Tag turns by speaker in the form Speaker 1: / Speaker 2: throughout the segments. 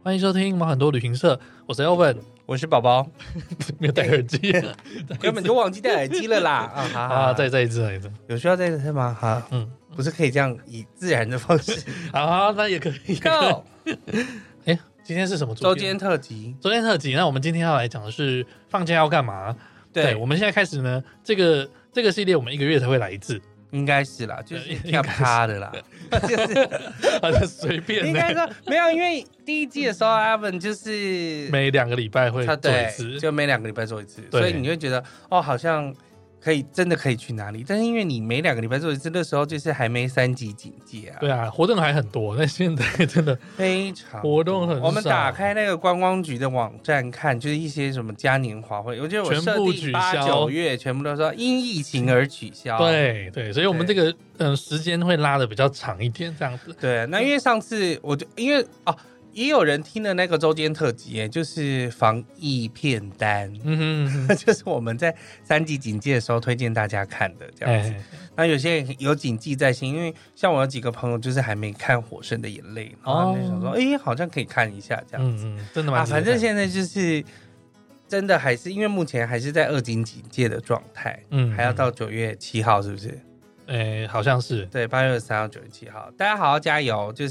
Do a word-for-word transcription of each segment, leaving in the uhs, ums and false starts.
Speaker 1: 欢迎收听毛很多旅行社，我是 Elvin，
Speaker 2: 我是宝宝，
Speaker 1: 没有戴耳机，
Speaker 2: 根本就忘记戴耳机了啦！啊，好好
Speaker 1: 啊，再再一次，再一次，
Speaker 2: 有需要再一次吗？好，嗯，不是可以这样以自然的方式？
Speaker 1: 好，好，那也可以。
Speaker 2: Go，
Speaker 1: 哎，今天是什么主题？
Speaker 2: 周间特辑，
Speaker 1: 周间特辑。那我们今天要来讲的是放假要干嘛？
Speaker 2: 对，
Speaker 1: 对我们现在开始呢，这个这个系列我们一个月才会来一次。
Speaker 2: 应该是啦，就是跳他的啦，
Speaker 1: 就是随便。
Speaker 2: 应该说没有，因为第一季的时候 ，Evan 就是
Speaker 1: 每两个礼拜会做一次，
Speaker 2: 就每两个礼拜做一次，所以你会觉得哦，好像可以真的可以去哪里。但是因为你每两个礼拜做一次，那时候就是还没三级警戒啊。
Speaker 1: 对啊，活动还很多，但现在真的
Speaker 2: 非常
Speaker 1: 活动很少。
Speaker 2: 我们打开那个观光局的网站看，就是一些什么嘉年华会，我觉得我设定八九月全部都说因疫情而取消。
Speaker 1: 对对，所以我们这个嗯、呃、时间会拉的比较长一点，这样子。
Speaker 2: 对，那因为上次我就因为哦。也有人听了那个周间特辑，就是防疫片单，嗯哼哼就是我们在三级警戒的时候推荐大家看的这样子。哎、那有些人有谨记在心，因为像我有几个朋友就是还没看《火神的眼泪》，然后就想说，哎、哦欸，好像可以看一下这样子。嗯嗯，
Speaker 1: 真的吗？啊，
Speaker 2: 反正现在就是真的还是因为目前还是在二级警戒的状态，嗯，还要到九月七号，是不是？
Speaker 1: 哎，好像是。
Speaker 2: 对，八月二十三号、九月七号，大家好好加油，就是。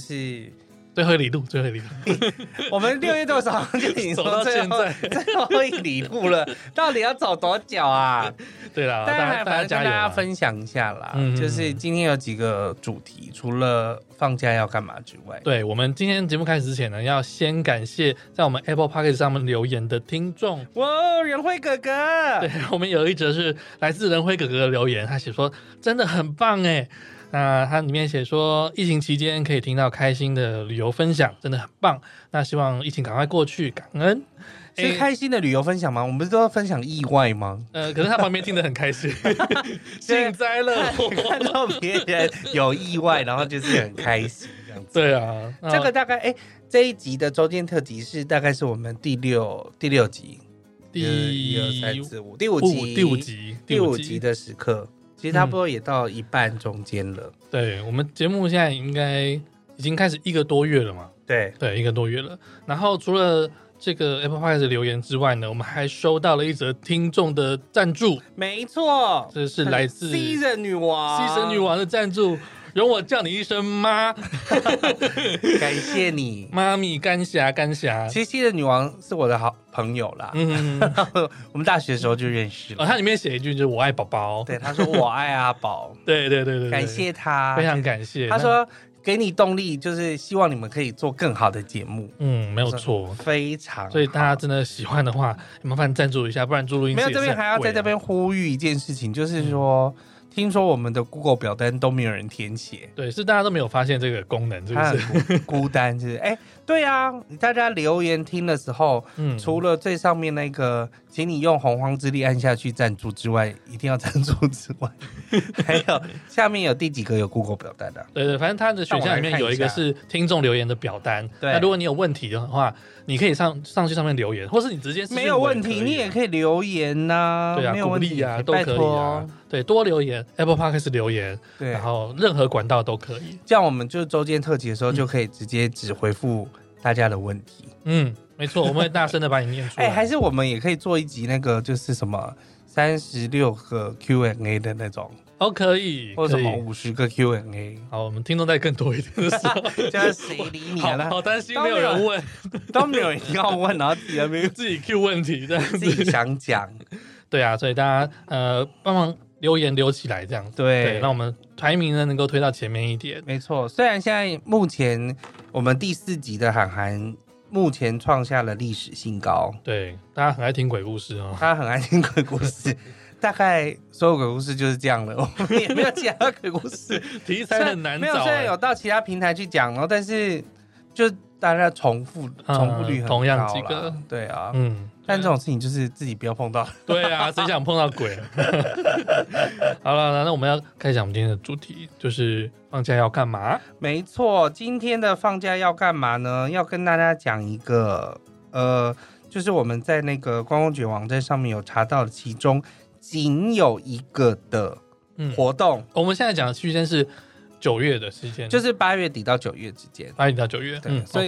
Speaker 1: 最后一里路，最后一里路，
Speaker 2: 我们六月多少就已经说最后最后一里路了，到底要走多久啊？
Speaker 1: 对啦，
Speaker 2: 大家反正跟大家分享一下啦，嗯、就是今天有几个主题，除了放假要干嘛之外，
Speaker 1: 对我们今天节目开始之前呢，要先感谢在我们 Apple Podcast 上面留言的听众。
Speaker 2: 哇，仁辉哥哥，
Speaker 1: 对我们有一则是来自仁辉哥哥的留言，他写说真的很棒哎。那它里面写说，疫情期间可以听到开心的旅游分享，真的很棒。那希望疫情赶快过去，感恩。
Speaker 2: 是开心的旅游分享吗？我们不是都要分享意外吗？
Speaker 1: 呃，可是他旁边听得很开心，幸灾乐祸，
Speaker 2: 看到别人有意外，然后就是很开心这样子。
Speaker 1: 对啊，
Speaker 2: 这个大概哎，这一集的周间特辑是大概是我们第六第六集，
Speaker 1: 第
Speaker 2: 一二三四五第五集
Speaker 1: 第五集
Speaker 2: 第五集的时刻。其实差不多也到一半中间了、嗯。
Speaker 1: 对，我们节目现在应该已经开始一个多月了嘛？
Speaker 2: 对
Speaker 1: 对，一个多月了。然后除了这个 Apple Podcast 留言之外呢，我们还收到了一则听众的赞助。
Speaker 2: 没错，
Speaker 1: 这是来自
Speaker 2: C 人女王
Speaker 1: C 神女王的赞助。容我叫你一声妈，
Speaker 2: 感谢你，
Speaker 1: 妈咪干霞干霞。
Speaker 2: 其实 C 人女王是我的好朋友啦，嗯，我们大学的时候就认识了。
Speaker 1: 哦，他里面写一句就是我爱宝宝，
Speaker 2: 对，他说我爱阿宝，
Speaker 1: 对对对 对, 对，
Speaker 2: 感谢他，
Speaker 1: 非常感谢。
Speaker 2: 他说给你动力，就是希望你们可以做更好的节目。
Speaker 1: 嗯，没有错，
Speaker 2: 非常好。
Speaker 1: 所以大家真的喜欢的话，麻烦赞助一下，不然注录音室也是很贵啊。
Speaker 2: 没有，这边还要在这边呼吁一件事情，就是说。嗯听说我们的 Google 表单都没有人填写，
Speaker 1: 对，是大家都没有发现这个功能，是不
Speaker 2: 是？孤单是，哎、欸，对啊，大家留言听的时候，嗯，除了最上面那个，请你用洪荒之力按下去赞助之外，一定要赞助之外，还有下面有第几个有 Google 表单的、啊？
Speaker 1: 对对，反正它的选项里面有一个是听众留言的表单，那如果你有问题的话，你可以上上去上面留言，或是你直接
Speaker 2: 没有问题，你也可以留言呐、啊，
Speaker 1: 对啊，
Speaker 2: 没有问题
Speaker 1: 啊，都可以啊，对，多留言 ，Apple Podcast 留言，
Speaker 2: 对，
Speaker 1: 然后任何管道都可以。
Speaker 2: 这样我们就是周间特辑的时候，就可以直接只回复大家的问题。
Speaker 1: 嗯，没错，我们会大声的把你念出来。
Speaker 2: 哎、欸，还是我们也可以做一集那个，就是什么三十六个 Q and A 的那种。
Speaker 1: 哦，可以，
Speaker 2: 或者什么五十个 Q and A。
Speaker 1: 好，我们听众再更多一点的时候，
Speaker 2: 就是谁理你了？
Speaker 1: 好担心没有人问，
Speaker 2: 都没有人要问，然后自己还没
Speaker 1: 自己 Q 问题，这样子
Speaker 2: 自己想讲。
Speaker 1: 对啊，所以大家呃帮忙留言留起来，这样子
Speaker 2: 对，
Speaker 1: 对，让我们排名呢能够推到前面一点。
Speaker 2: 没错，虽然现在目前我们第四集的韩寒目前创下了历史新高，
Speaker 1: 对，大家很爱听鬼故事哦，
Speaker 2: 大家很爱听鬼故事。大概所有鬼故事就是这样了，我们也没有其他鬼故事
Speaker 1: 题材很难找、欸。
Speaker 2: 没有，虽然有到其他平台去讲，然后但是就大家重复、嗯、重复率很高啦，
Speaker 1: 同样几个，
Speaker 2: 对啊，嗯。但这种事情就是自己不要碰到。
Speaker 1: 对啊，谁想碰到鬼？好了，那我们要开始讲我们今天的主题，就是放假要干嘛？
Speaker 2: 没错，今天的放假要干嘛呢？要跟大家讲一个，呃，就是我们在那个观光局网站上面有查到的其中。仅有一个的活动、嗯，
Speaker 1: 我们现在讲的区间是九月的时间，
Speaker 2: 就是八月底到九月之间，
Speaker 1: 八月底到九月，
Speaker 2: 对、嗯，所以、okay.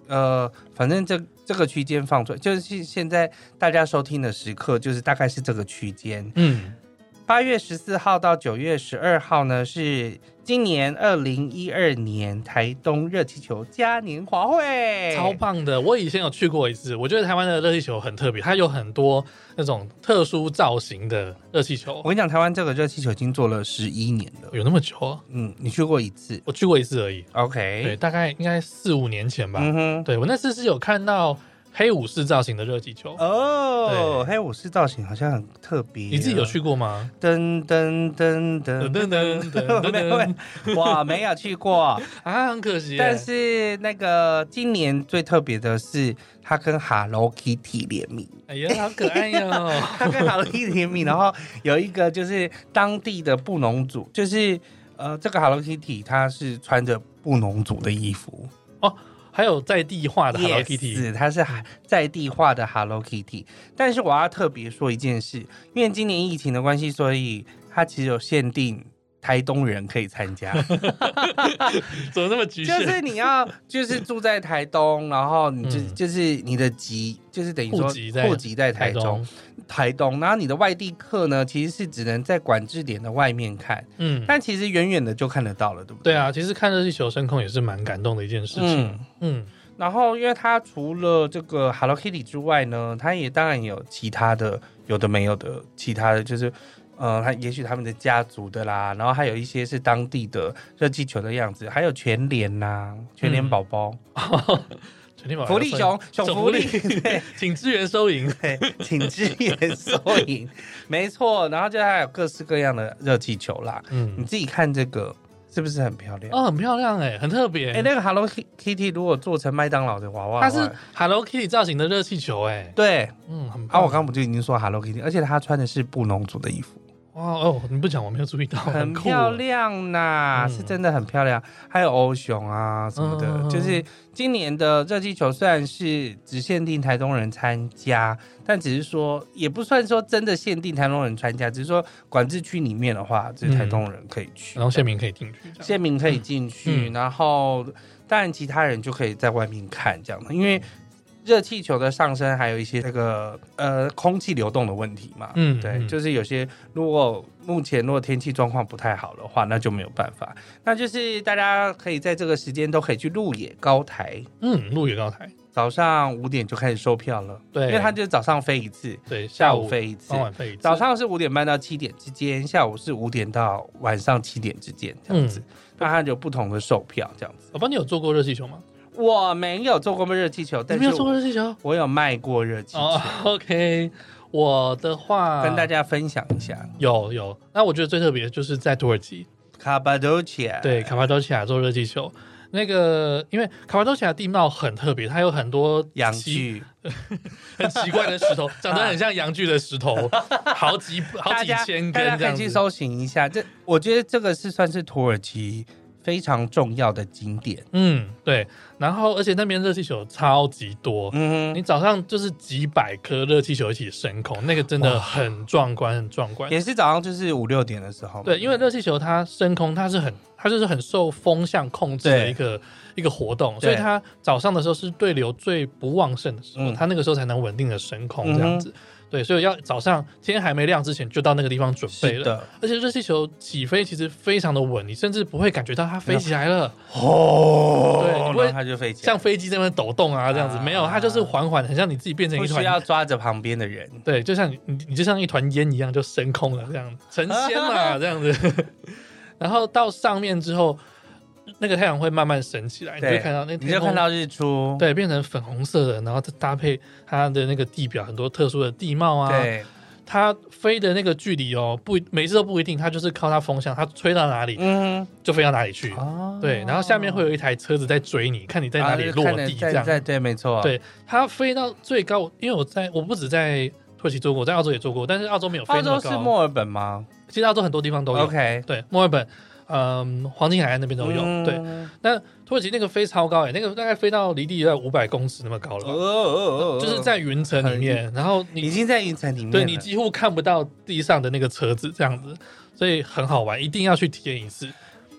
Speaker 2: 呃，反正这这个区间放出来，就是现在大家收听的时刻，就是大概是这个区间。嗯，八月十四号到九月十二号呢，是今年二零一二年台东热气球嘉年华会，
Speaker 1: 超棒的。我以前有去过一次，我觉得台湾的热气球很特别，它有很多那种特殊造型的热气球。
Speaker 2: 我跟你讲，台湾这个热气球已经做了十一年了，
Speaker 1: 有那么久啊？
Speaker 2: 嗯，你去过一次？
Speaker 1: 我去过一次而已。
Speaker 2: OK，
Speaker 1: 对，大概应该四五年前吧。嗯哼，对我那次是有看到黑武士造型的热气球
Speaker 2: 哦，黑武士造型好像很特别。
Speaker 1: 你自己有去过吗？
Speaker 2: 噔噔噔噔噔噔噔噔，我没有去过
Speaker 1: 啊，很可惜。
Speaker 2: 但是那个今年最特别的是，它跟 Hello Kitty 联名。
Speaker 1: 哎呀，好可爱哟、哦！
Speaker 2: 它跟 Hello Kitty 联名，然后有一个就是当地的布农族，就是呃，这个 Hello Kitty 它是穿着布农族的衣服
Speaker 1: 哦。还有在地化的 Hello Kitty，
Speaker 2: yes, 它是在地化的 Hello Kitty。但是我要特别说一件事，因为今年疫情的关系，所以它其实有限定台东人可以参加。
Speaker 1: 怎么那么局限？
Speaker 2: 就是你要就是住在台东，然后你就、嗯、就是你的籍就是等于说户籍在台中。台东，然后你的外地客呢，其实是只能在管制点的外面看，嗯，但其实远远的就看得到了，对不对？
Speaker 1: 对啊，其实看热气球升空也是蛮感动的一件事情，嗯，
Speaker 2: 嗯然后因为它除了这个 Hello Kitty 之外呢，它也当然有其他的有的没有的其他的，就是呃，它也许他们的家族的啦，然后还有一些是当地的热气球的样子，还有全联呐，全联宝宝。嗯福利熊，熊福利，对，
Speaker 1: 请支援收银，
Speaker 2: 对，请支援收银，没错。然后就还有各式各样的热气球啦，嗯，你自己看这个是不是很漂亮？
Speaker 1: 哦，很漂亮哎、欸，很特别。
Speaker 2: 哎、欸，那个 Hello Kitty 如果做成麦当劳的娃娃，
Speaker 1: 它是 Hello Kitty 造型的热气球哎、欸，
Speaker 2: 对，嗯，很棒。啊，我刚刚不就已经说 Hello Kitty， 而且他穿的是布农族的衣服。
Speaker 1: 哇哦，你不讲我没有注意到，
Speaker 2: 很漂亮呐、嗯，是真的很漂亮。还有欧熊啊什么的、嗯，就是今年的热气球虽然是只限定台东人参加，但只是说也不算说真的限定台东人参加，只是说管制区里面的话，只是台东人可以去，
Speaker 1: 嗯、然后县民可以进去，
Speaker 2: 县民可以进去、嗯，然后当然其他人就可以在外面看这样的，因为。热气球的上升还有一些这个呃空气流动的问题嘛，嗯，对，嗯、就是有些如果目前如果天气状况不太好的话，那就没有办法。那就是大家可以在这个时间都可以去鹿野高台，
Speaker 1: 嗯，鹿野高台
Speaker 2: 早上五点就开始售票了，对，因为它就是早上飞一次，
Speaker 1: 对，
Speaker 2: 下午飞一次，
Speaker 1: 傍晚飞一次，
Speaker 2: 早上是五点半到七点之间，下午是五点到晚上七点之间这样子，嗯、那它就不同的售票这样子。
Speaker 1: 宝宝，你有坐过热气球吗？
Speaker 2: 我没有做过热气球，但是
Speaker 1: 你没有做过热气球，
Speaker 2: 我有卖过热气球。
Speaker 1: Oh, OK， 我的话
Speaker 2: 跟大家分享一下，
Speaker 1: 有有。那我觉得最特别的就是在土耳其
Speaker 2: 卡巴多奇亚，
Speaker 1: 对，卡巴多奇亚做热气球。那个，因为卡巴多奇亚地貌很特别，它有很多
Speaker 2: 阳具，
Speaker 1: 很奇怪的石头，长得很像阳具的石头，好几好几千根这样子。大
Speaker 2: 家可以去搜寻一下，这我觉得这个是算是土耳其非常重要的景点。
Speaker 1: 嗯，对。然后，而且那边热气球超级多，嗯，你早上就是几百颗热气球一起升空，那个真的很壮观，很壮观。
Speaker 2: 也是早上就是五六点的时候，
Speaker 1: 对，因为热气球它升空，它是很，它就是很受风向控制的一个一个活动，所以它早上的时候是对流最不旺盛的时候，嗯、它那个时候才能稳定的升空这样子。嗯对，所以要早上天还没亮之前就到那个地方准备了。而且热气球起飞其实非常的稳，你甚至不会感觉到它飞起来了。
Speaker 2: 哦，
Speaker 1: 对，你不会
Speaker 2: 它就飞起来，
Speaker 1: 像飞机在那边抖动啊这样子，啊、没有，它就是缓缓，很像你自己变成一团，
Speaker 2: 不需要抓着旁边的人。
Speaker 1: 对，就像你你就像一团烟一样就升空了这样，成仙嘛这样子。然后到上面之后。那个太阳会慢慢升起来，你就看到那
Speaker 2: 你就看到日出，
Speaker 1: 对，变成粉红色的，然后再搭配它的那个地表很多特殊的地貌啊，
Speaker 2: 对，
Speaker 1: 它飞的那个距离哦，不每次都不一定，它就是靠它风向，它吹到哪里，嗯，就飞到哪里去，哦，对，然后下面会有一台车子在追你，看你在哪里落地，这样，
Speaker 2: 对对，没错，
Speaker 1: 对，它飞到最高，因为我在我不止在土耳其做过，我在澳洲也做过，但是澳洲没有飞那么高。
Speaker 2: 澳洲是墨尔本吗？
Speaker 1: 其实澳洲很多地方都有
Speaker 2: ，OK，
Speaker 1: 对，墨尔本。嗯，黄金海岸那边都有，嗯、对。那土耳其那个飞超高哎、欸，那个大概飞到离地在五百公尺那么高了，哦哦哦，就是在云层里面，然后你
Speaker 2: 已经在云层里面了，
Speaker 1: 对你几乎看不到地上的那个车子这样子，所以很好玩，一定要去体验一次。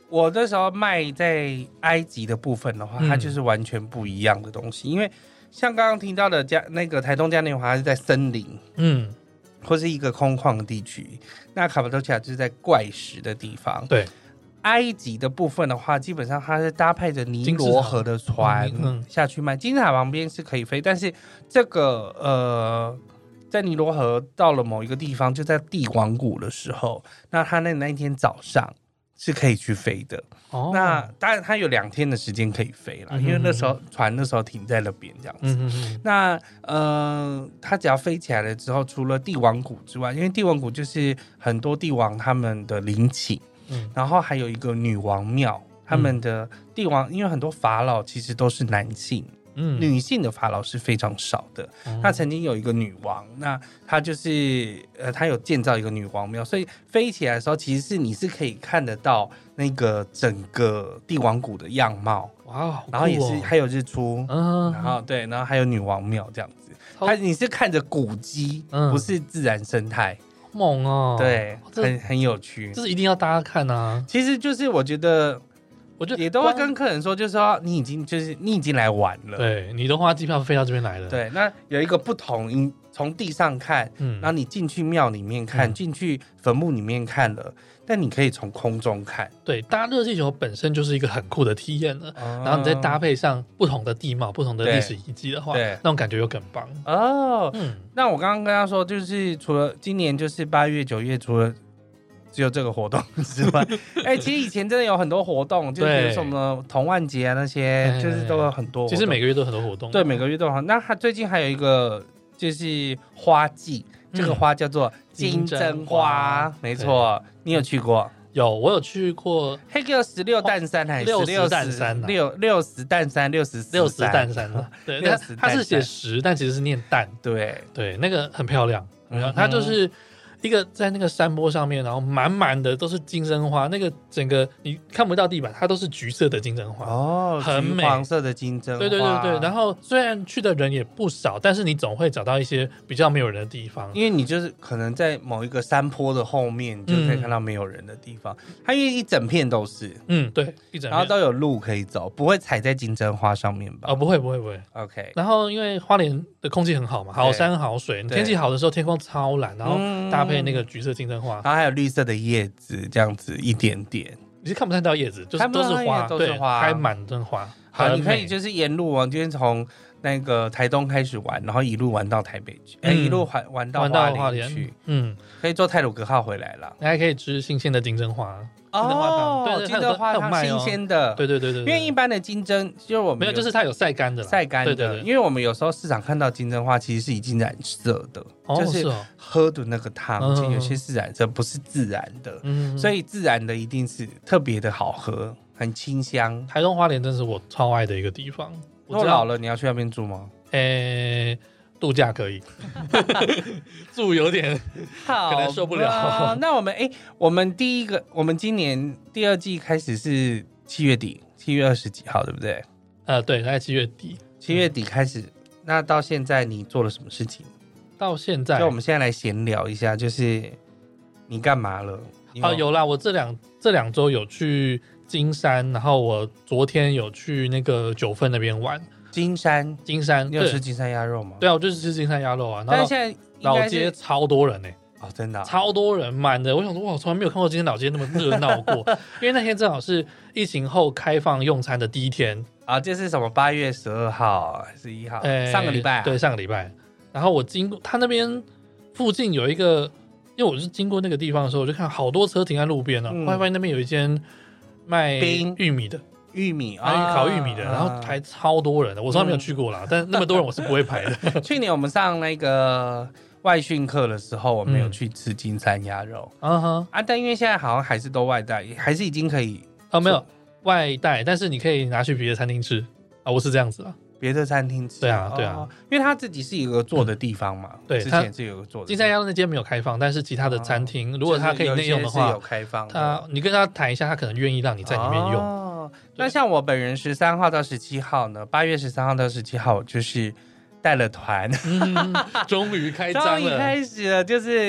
Speaker 2: 我那时候卖在埃及的部分的话，它就是完全不一样的东西，嗯、因为像刚刚听到的嘉那个台东嘉年华是在森林，嗯，或是一个空旷的地区，那卡帕多奇亚就是在怪石的地方，
Speaker 1: 对。
Speaker 2: 埃及的部分的话，基本上它是搭配着尼罗河的船下去卖。金字塔旁边是可以飞，但是这个呃，在尼罗河到了某一个地方，就在帝王谷的时候，那他那那一天早上是可以去飞的。哦，那当然它有两天的时间可以飞了，嗯、因为那时候船那时候停在那边这样子。嗯、那呃，它只要飞起来了之后，除了帝王谷之外，因为帝王谷就是很多帝王他们的陵寝。嗯、然后还有一个女王庙，他们的帝王，因为很多法老其实都是男性，嗯，女性的法老是非常少的。嗯、那曾经有一个女王，那她就是呃，她有建造一个女王庙，所以飞起来的时候，其实是你是可以看得到那个整个帝王谷的样貌。哇，哦、然后也是还有日出，嗯，然后对，然后还有女王庙这样子，它你是看着古迹，嗯、不是自然生态。
Speaker 1: 猛哦，
Speaker 2: 对，很很有趣，
Speaker 1: 这是一定要大家看啊。
Speaker 2: 其实就是我觉得，我觉得也都会跟客人说，就是说你已经就是你已经来玩了，
Speaker 1: 对，你都花机票飞到这边来了。
Speaker 2: 对，那有一个不同，你从地上看，嗯，然后你进去庙里面看，进、嗯、去坟墓里面看了。但你可以从空中看，
Speaker 1: 对，搭热气球本身就是一个很酷的体验了。哦、然后你再搭配上不同的地貌、不同的历史遗迹的话，那种感觉又更棒
Speaker 2: 哦。嗯，那我刚刚跟他说，就是除了今年就是八月、九月，除了只有这个活动之外，哎、欸，其实以前真的有很多活动，就比如什么童玩节啊那些，就是都有很多活动。
Speaker 1: 其实每个月都有很多活动，
Speaker 2: 对，每个月都有。那他最近还有一个就是花季。这个花叫做金针花，没错，你有去过？
Speaker 1: 有，我有去过。
Speaker 2: 黑个十六蛋山还是
Speaker 1: 六十蛋山？
Speaker 2: 六六十蛋山，六十
Speaker 1: 六十蛋山的。对，它它是写十，但其实是念蛋。
Speaker 2: 对
Speaker 1: 对，那个很漂亮，嗯、它就是一个在那个山坡上面，然后满满的都是金针花，那个整个你看不到地板，它都是橘色的金针花哦，很美，
Speaker 2: 黄色的金针花。
Speaker 1: 对对对对，然后虽然去的人也不少，但是你总会找到一些比较没有人的地方，
Speaker 2: 因为你就是可能在某一个山坡的后面，你就可以看到没有人的地方。嗯、它因为一整片都是，
Speaker 1: 嗯，对，一整片，
Speaker 2: 然后都有路可以走，不会踩在金针花上面吧？
Speaker 1: 哦，不会不会不会。
Speaker 2: OK，
Speaker 1: 然后因为花莲的空气很好嘛，好山好水，天气好的时候天空超蓝，然后搭配那个橘色金针花，
Speaker 2: 然后还有绿色的叶子，这样子一点点，
Speaker 1: 你是看不太到叶子，就是都是花，
Speaker 2: 都是花，
Speaker 1: 开满的花。
Speaker 2: 好，你可以就是沿路哦，就是从那个台东开始玩，然后一路玩到台北去，哎、嗯，一路玩玩到花莲去，嗯，可以坐太鲁阁号回来了。
Speaker 1: 你还可以吃新鲜的金针花。
Speaker 2: 哦，对，金针花汤新鲜的，
Speaker 1: 对对对对，
Speaker 2: 因为一般的金针就是我们
Speaker 1: 没有，就是它有晒干的，
Speaker 2: 晒干的，对对对，因为我们有时候市场看到金针花其实是已经染色的，
Speaker 1: 哦、
Speaker 2: 就是喝的那个汤，其实有些是染色，不是自然的，嗯，所以自然的一定是特别的好喝，很清香。
Speaker 1: 台东花莲真是我超爱的一个地方。
Speaker 2: 我老了，你要去那边住吗？
Speaker 1: 诶、欸。度假可以，住有点可能受不了。
Speaker 2: 那我们哎、欸，我们第一个，我们今年第二季开始是七月底，七月二十几号，对不对？
Speaker 1: 呃，对，大概七月底，
Speaker 2: 七月底开始。嗯、那到现在你做了什么事情？
Speaker 1: 到现在，
Speaker 2: 就我们现在来闲聊一下，就是你干嘛了？
Speaker 1: 哦，有啦，我这两这两周有去金山，然后我昨天有去那个九份那边玩。
Speaker 2: 金山，
Speaker 1: 金山，
Speaker 2: 你有吃金山鸭肉吗？
Speaker 1: 对啊，我就是吃金山鸭肉啊。
Speaker 2: 但是现在
Speaker 1: 老街超多人呢、欸，
Speaker 2: 哦，真的、啊，
Speaker 1: 超多人，满的。我想说，哇，从来没有看过今天老街那么热闹过。因为那天正好是疫情后开放用餐的第一天
Speaker 2: 啊，这是什么？八月十二号还是一号？欸、上个礼拜、啊，
Speaker 1: 对，上个礼拜。然后我经过他那边附近有一个，因为我是经过那个地方的时候，我就看好多车停在路边呢、啊。后来发现那边有一间卖玉米的。
Speaker 2: 玉米
Speaker 1: 啊，烤玉米的，然后排超多人的，我从来没有去过啦，嗯、但那么多人我是不会排的。
Speaker 2: 去年我们上那个外训课的时候，我们有去吃金山鸭肉，嗯哼啊，但因为现在好像还是都外带，还是已经可以
Speaker 1: 啊，没有外带，但是你可以拿去别的餐厅吃啊，我是这样子啊，
Speaker 2: 别的餐厅吃，
Speaker 1: 对啊对啊、哦，
Speaker 2: 因为他自己是有个做的地方嘛，嗯、对，之前是有个做的。
Speaker 1: 金山鸭肉那间没有开放，但是其他的餐厅、哦、如果他可以内用的话，
Speaker 2: 是有开放的。
Speaker 1: 他你跟他谈一下，他可能愿意让你在里面用。哦
Speaker 2: 那像我本人十三号到十七号呢，八月十三号到十七号，我就是带了团，
Speaker 1: 嗯，终于开张了，
Speaker 2: 终于开始了，就是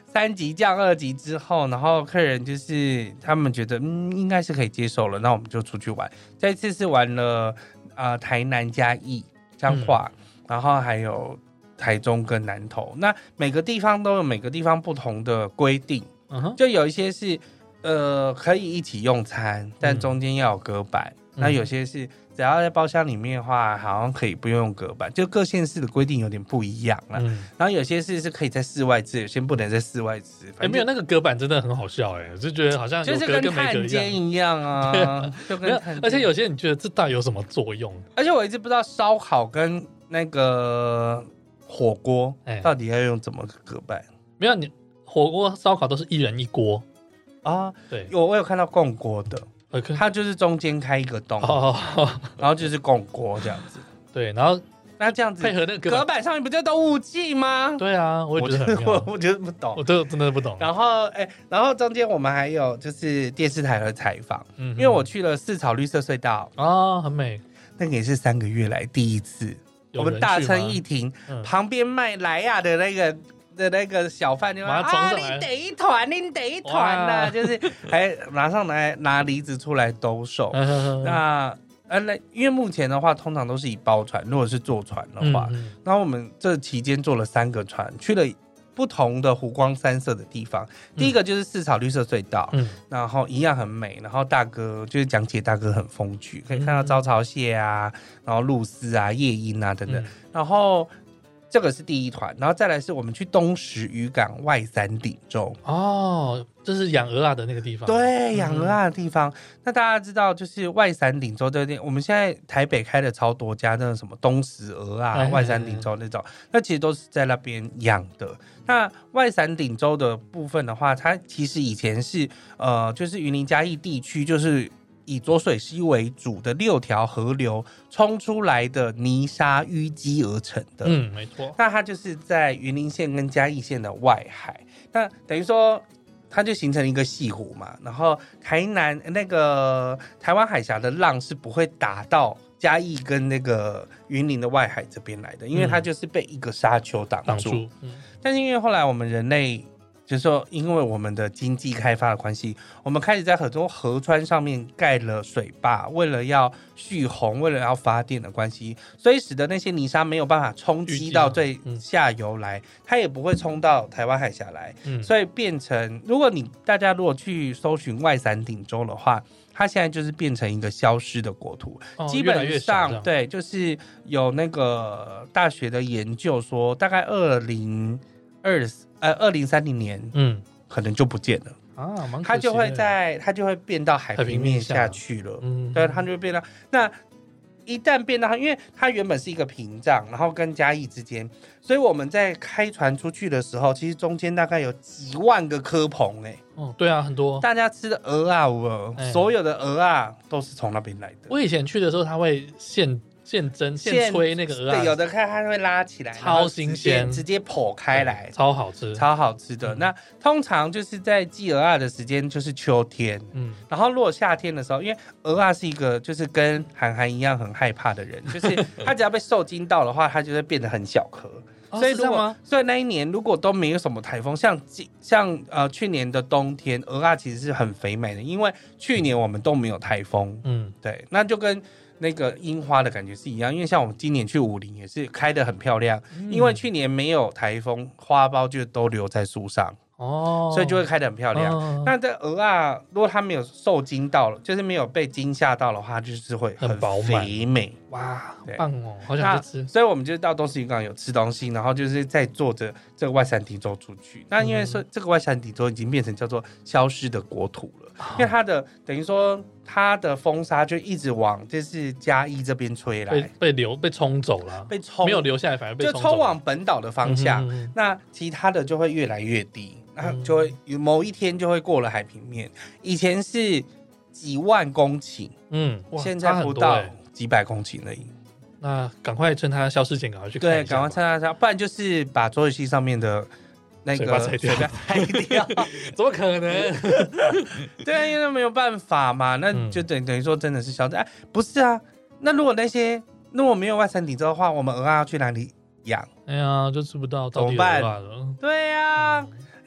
Speaker 2: 三级降二级之后，然后客人就是他们觉得嗯应该是可以接受了，那我们就出去玩。这一次是玩了呃台南嘉义彰化、嗯，然后还有台中跟南投。那每个地方都有每个地方不同的规定，嗯、就有一些是呃可以一起用餐，但中间要有隔板。嗯、那有些是只要在包厢里面的话，好像可以不用用隔板，就各县市的规定有点不一样啦。嗯、然后有些是是可以在室外吃，有些不能在室外吃。
Speaker 1: 哎、欸，没有那个隔板真的很好笑哎、欸，就觉得好像有隔跟没隔一样，
Speaker 2: 就是跟探监一样啊。啊就跟
Speaker 1: 而且有些人觉得这到底有什么作用？
Speaker 2: 而且我一直不知道烧烤跟那个火锅到底要用怎么隔板。欸、
Speaker 1: 没有，你火锅烧烤都是一人一锅
Speaker 2: 啊。对，有我有看到共锅的。Okay. 它就是中间开一个洞， oh. 然后就是共锅这样子。
Speaker 1: 对，然后
Speaker 2: 那这样子
Speaker 1: 配合那个
Speaker 2: 隔板上面不就都雾气吗？
Speaker 1: 对啊，我也觉得很妙。
Speaker 2: 我我觉得不懂，
Speaker 1: 我都真的不懂。
Speaker 2: 然后哎、欸，然后中间我们还有就是电视台和采访、嗯，因为我去了四草绿色隧道
Speaker 1: 哦，很美，
Speaker 2: 那个也是三个月来第一次。我们大撑一停、嗯，旁边卖莱雅的那个。的那个小贩就说啊，你得一团，你得一团呐，就是还拿上来拿梨子出来兜售。那呃，那因为目前的话，通常都是以包船，如果是坐船的话，嗯嗯然后我们这期间坐了三个船，去了不同的湖光山色的地方。嗯、第一个就是四草绿色隧道、嗯，然后一样很美，然后大哥就是讲解大哥很风趣，可以看到招潮蟹啊，然后鹭鸶啊、夜莺啊等等，嗯、然后。这个是第一团，然后再来是我们去东石渔港外山顶洲
Speaker 1: 哦，这是养鹅啊的那个地方。
Speaker 2: 对，养鹅啊的地方、嗯。那大家知道，就是外山顶洲这个店，我们现在台北开了超多家，那种什么东石鹅啊、外山顶洲那种，那其实都是在那边养的。那外山顶洲的部分的话，它其实以前是呃，就是云林嘉义地区，就是。以浊水溪为主的六条河流冲出来的泥沙淤积而成的，
Speaker 1: 嗯，没错。
Speaker 2: 那它就是在云林县跟嘉义县的外海，那等于说它就形成一个系湖嘛。然后台南那个台湾海峡的浪是不会打到嘉义跟那个云林的外海这边来的，因为它就是被一个沙丘挡住。嗯嗯、但是因为后来我们人类。就是说，因为我们的经济开发的关系，我们开始在很多河川上面盖了水坝，为了要蓄洪，为了要发电的关系，所以使得那些泥沙没有办法冲击到最下游来，它也不会冲到台湾海峡来，嗯、所以变成，如果你大家如果去搜寻外山顶洲的话，它现在就是变成一个消失的国土，哦、基本上越越对，就是有那个大学的研究说，大概二零二呃二零三零年，嗯，可能就不见了啊，蛮可惜的。它就会在它就会变到海平面下去了，嗯，对，它就会变到那一旦变到，因为它原本是一个屏障，然后跟嘉义之间，所以我们在开船出去的时候，其实中间大概有几万个蚵棚，哎，
Speaker 1: 哦，对啊，很多，
Speaker 2: 大家吃的鹅啊，鹅、欸，所有的鹅啊都是从那边来的。
Speaker 1: 我以前去的时候，它会现。现蒸现吹那个鹅啊，
Speaker 2: 对，有的看它会拉起来，
Speaker 1: 超新鲜，
Speaker 2: 直接剖开来，
Speaker 1: 超好吃，
Speaker 2: 超好吃的。嗯、那通常就是在寄鹅啊的时间就是秋天，嗯，然后如果夏天的时候，因为鹅啊是一个就是跟韩寒一样很害怕的人，就是他只要被受惊到的话，他就会变得很小颗。
Speaker 1: 哦、
Speaker 2: 所以如果所以那一年如果都没有什么台风，像像呃去年的冬天，鹅啊其实是很肥美的，因为去年我们都没有台风，嗯，对，那就跟。那个樱花的感觉是一样，因为像我们今年去武陵也是开得很漂亮，嗯、因为去年没有台风，花苞就都留在树上哦，所以就会开得很漂亮。哦、那这鹅啊，如果它没有受惊到了，就是没有被惊吓到的话，就是会很肥美。
Speaker 1: 哇，好棒哦，好想去吃。
Speaker 2: 所以我们就到东石渔港有吃东西，然后就是在坐着这个外山顶洲出去。那因为说这个外山顶洲已经变成叫做消失的国土了，嗯、因为它的等于说它的风沙就一直往就是嘉义这边吹来，
Speaker 1: 被被流被冲走了，
Speaker 2: 被冲
Speaker 1: 没有留下来，反而被冲走了，
Speaker 2: 就冲往本岛的方向。嗯、哼哼那其他的就会越来越低，然后就会有某一天就会过了海平面。以前是几万公顷，嗯，现在不到。几百公顷而已，
Speaker 1: 那赶快趁它消失前赶快去看一下。
Speaker 2: 对，赶快趁它消，不然就是把浊水溪上面的那个
Speaker 1: 水坝拆掉，怎么可能？
Speaker 2: 对啊，因为没有办法嘛，那就等、嗯、等于说真的是消失。哎，不是啊，那如果那些如果没有外山顶洲的话，我们鹅啊要去哪里养？
Speaker 1: 哎呀，就吃不到，
Speaker 2: 怎么办？对啊。嗯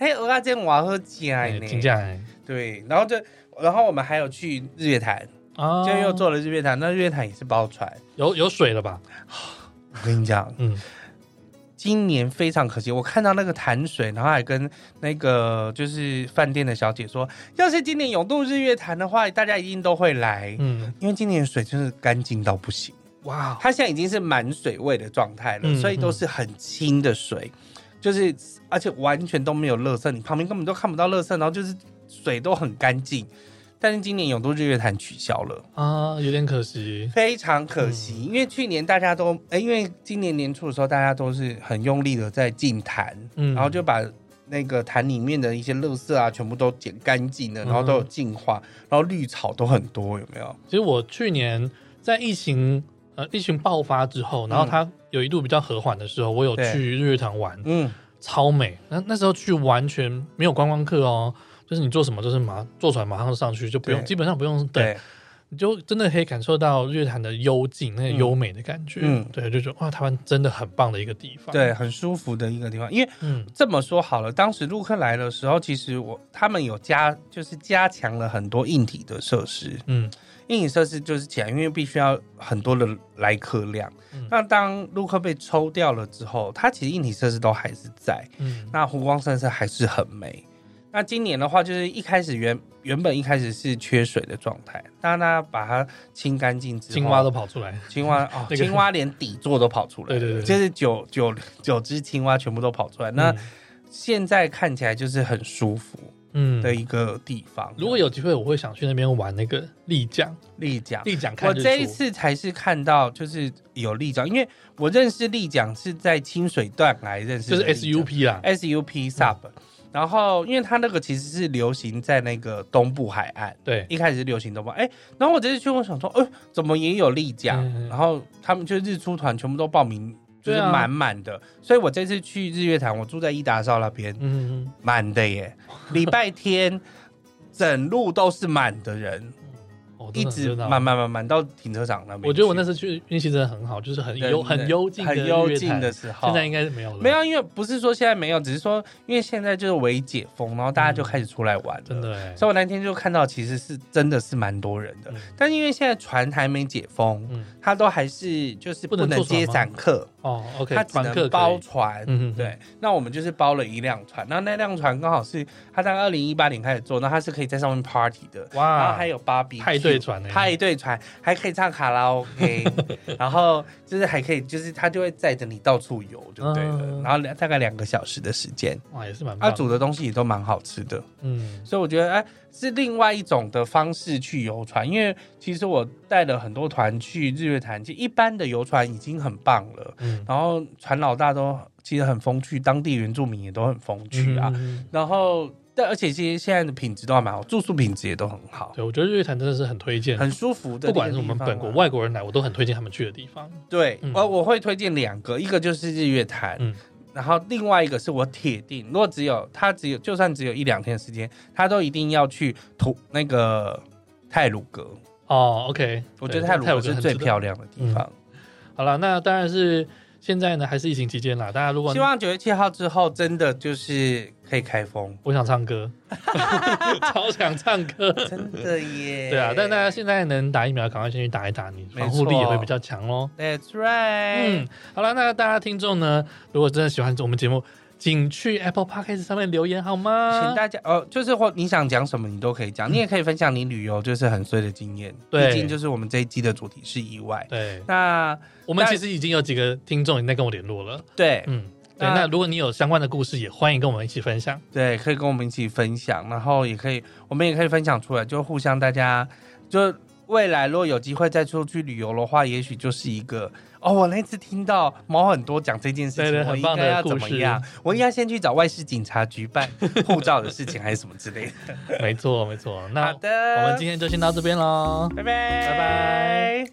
Speaker 2: 嘿，蚵仔煎我喝起来呢，
Speaker 1: 真的
Speaker 2: 对，然后就然后我们还有去日月潭，哦、就又做了日月潭，那日月潭也是包船，
Speaker 1: 有有水了吧？
Speaker 2: 我跟你讲，嗯。今年非常可惜，我看到那个潭水，然后还跟那个就是饭店的小姐说，要是今年永渡日月潭的话，大家一定都会来，嗯，因为今年水真是干净到不行，哇，它现在已经是满水位的状态了，嗯、所以都是很清的水，就是而且完全都没有垃圾，你旁边根本都看不到垃圾，然后就是水都很干净。但是今年永渡日月潭取消了
Speaker 1: 啊，有点可惜，
Speaker 2: 非常可惜。嗯、因为去年大家都，哎、欸，因为今年年初的时候，大家都是很用力的在净潭，嗯，然后就把那个潭里面的一些垃圾啊，全部都捡干净了，然后都有净化，嗯、然后绿草都很多，有没有？
Speaker 1: 其实我去年在疫情呃疫情爆发之后，然后它有一度比较和缓的时候，我有去日月潭玩，嗯，超美。那那时候去完全没有观光客哦。就是你做什么，就是马坐船马上上去，就不用基本上不用等，你就真的可以感受到日月潭的幽静，那个优美的感觉。嗯，对，就觉得哇，台湾真的很棒的一个地方，
Speaker 2: 对，很舒服的一个地方。因为嗯，这么说好了，当时陆客来的时候，其实我他们有加，就是加强了很多硬体的设施。嗯，硬体设施就是起来，因为必须要很多的来客量。嗯、那当陆客被抽掉了之后，它其实硬体设施都还是在。嗯，那湖光山色还是很美。那今年的话，就是一开始原原本一开始是缺水的状态，当大家把它清干净之后，
Speaker 1: 青蛙都跑出来，
Speaker 2: 青蛙哦，那个、青蛙连底座都跑出来，
Speaker 1: 对对对，
Speaker 2: 就是九九九只青蛙全部都跑出来。嗯、那现在看起来就是很舒服，嗯的一个地方。
Speaker 1: 嗯、如果有机会，我会想去那边玩那个丽江，
Speaker 2: 丽江，
Speaker 1: 丽江看日出。
Speaker 2: 我这一次才是看到就是有丽江，因为我认识丽江是在清水段来认识的，
Speaker 1: 就是 S U P 啦
Speaker 2: ，S U P sub。嗯然后，因为它那个其实是流行在那个东部海岸，
Speaker 1: 对，
Speaker 2: 一开始是流行东部，哎，然后我这次去，我想说，哎、呃，怎么也有丽江？嗯、然后他们就日出团全部都报名，就是满满的，啊、所以我这次去日月潭，我住在伊达邵那边，嗯，满的耶，礼拜天整路都是满的人。一直慢慢慢慢到停车场那边。
Speaker 1: 我觉得我那次去运气真的很好，就是很幽很幽静
Speaker 2: 很幽静的时候。
Speaker 1: 现在应该是没有了。
Speaker 2: 没有，因为不是说现在没有，只是说因为现在就是微解封，然后大家就开始出来玩了。
Speaker 1: 真的，
Speaker 2: 所以我那天就看到其实是真的是蛮多人的，嗯、但因为现在船还没解封，嗯、它都还是就是不能接散客
Speaker 1: 哦。OK，
Speaker 2: 它只能包船。嗯、对，那我们就是包了一辆船，那那辆船刚好是它在二零一八年开始做，那它是可以在上面 party 的。哇，然后还有芭比
Speaker 1: 派对船，
Speaker 2: 派对。船还可以唱卡拉 OK， 然后就是还可以，就是他就会载着你到处游就对了，嗯、然后大概两个小时的时间，
Speaker 1: 哇，也是蛮棒的。
Speaker 2: 他、啊、煮的东西也都蛮好吃的，嗯，所以我觉得哎是另外一种的方式去游船，因为其实我带了很多团去日月潭，其实一般的游船已经很棒了，嗯，然后船老大都其实很风趣，当地原住民也都很风趣啊，嗯、然后。但而且其实现在的品质都还蛮好，住宿品质也都很好。
Speaker 1: 对，我觉得日月潭真的是很推荐，
Speaker 2: 很舒服的。
Speaker 1: 不管是我们本国外国人来，我都很推荐他们去的地方。
Speaker 2: 对，嗯、我我会推荐两个，一个就是日月潭，嗯、然后另外一个是我铁定，如果只有他只有就算只有一两天的时间，他都一定要去土那个太鲁阁。
Speaker 1: 哦 ，OK，
Speaker 2: 我觉得太鲁阁是最漂亮的地方。
Speaker 1: 嗯、好了，那当然是。现在呢还是疫情期间啦，大家如果
Speaker 2: 希望九月七号之后真的就是可以开封。
Speaker 1: 我想唱歌，超想唱歌，
Speaker 2: 真的耶。
Speaker 1: 对啊，但大家现在能打疫苗，赶快先去打一打，你防护力也会比较强咯。
Speaker 2: That's right。
Speaker 1: 嗯，好了，那大家听众呢，如果真的喜欢我们节目，请去 Apple Podcast 上面留言好吗？
Speaker 2: 请大家哦，就是或你想讲什么，你都可以讲，嗯、你也可以分享你旅游就是很衰的经验。
Speaker 1: 对，
Speaker 2: 毕竟就是我们这一季的主题是意外。
Speaker 1: 对，
Speaker 2: 那
Speaker 1: 我们其实已经有几个听众已经在跟我联络了。
Speaker 2: 对，
Speaker 1: 嗯，对。那, 那如果你有相关的故事，也欢迎跟我们一起分享。
Speaker 2: 对，可以跟我们一起分享，然后也可以，我们也可以分享出来，就互相大家就。未来如果有机会再出去旅游的话，也许就是一个哦，我那次听到毛很多讲这件事情，
Speaker 1: 对对，
Speaker 2: 我应该要怎么样？我应该先去找外事警察局办护照的事情，还是什么之类的？
Speaker 1: 没错，没错。那
Speaker 2: 好的，
Speaker 1: 我们今天就先到这边喽，
Speaker 2: 拜拜，拜拜。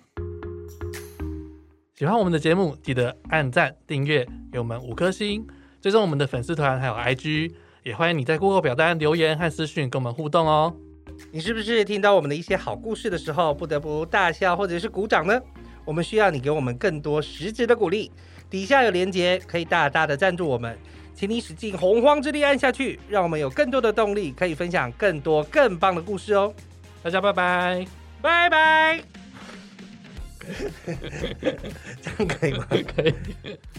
Speaker 1: 喜欢我们的节目，记得按赞、订阅，给我们五颗星，追踪我们的粉丝团还有 I G， 也欢迎你在 Google 表单留言和私讯跟我们互动哦。
Speaker 2: 你是不是听到我们的一些好故事的时候不得不大笑或者是鼓掌呢？我们需要你给我们更多实质的鼓励，底下有连结可以大大的赞助我们， 请你使尽洪荒之力按下去，让我们有更多的动力，可以分享更多更棒的故事哦。
Speaker 1: 大家拜拜，
Speaker 2: 拜拜。这样可以吗？
Speaker 1: 可以。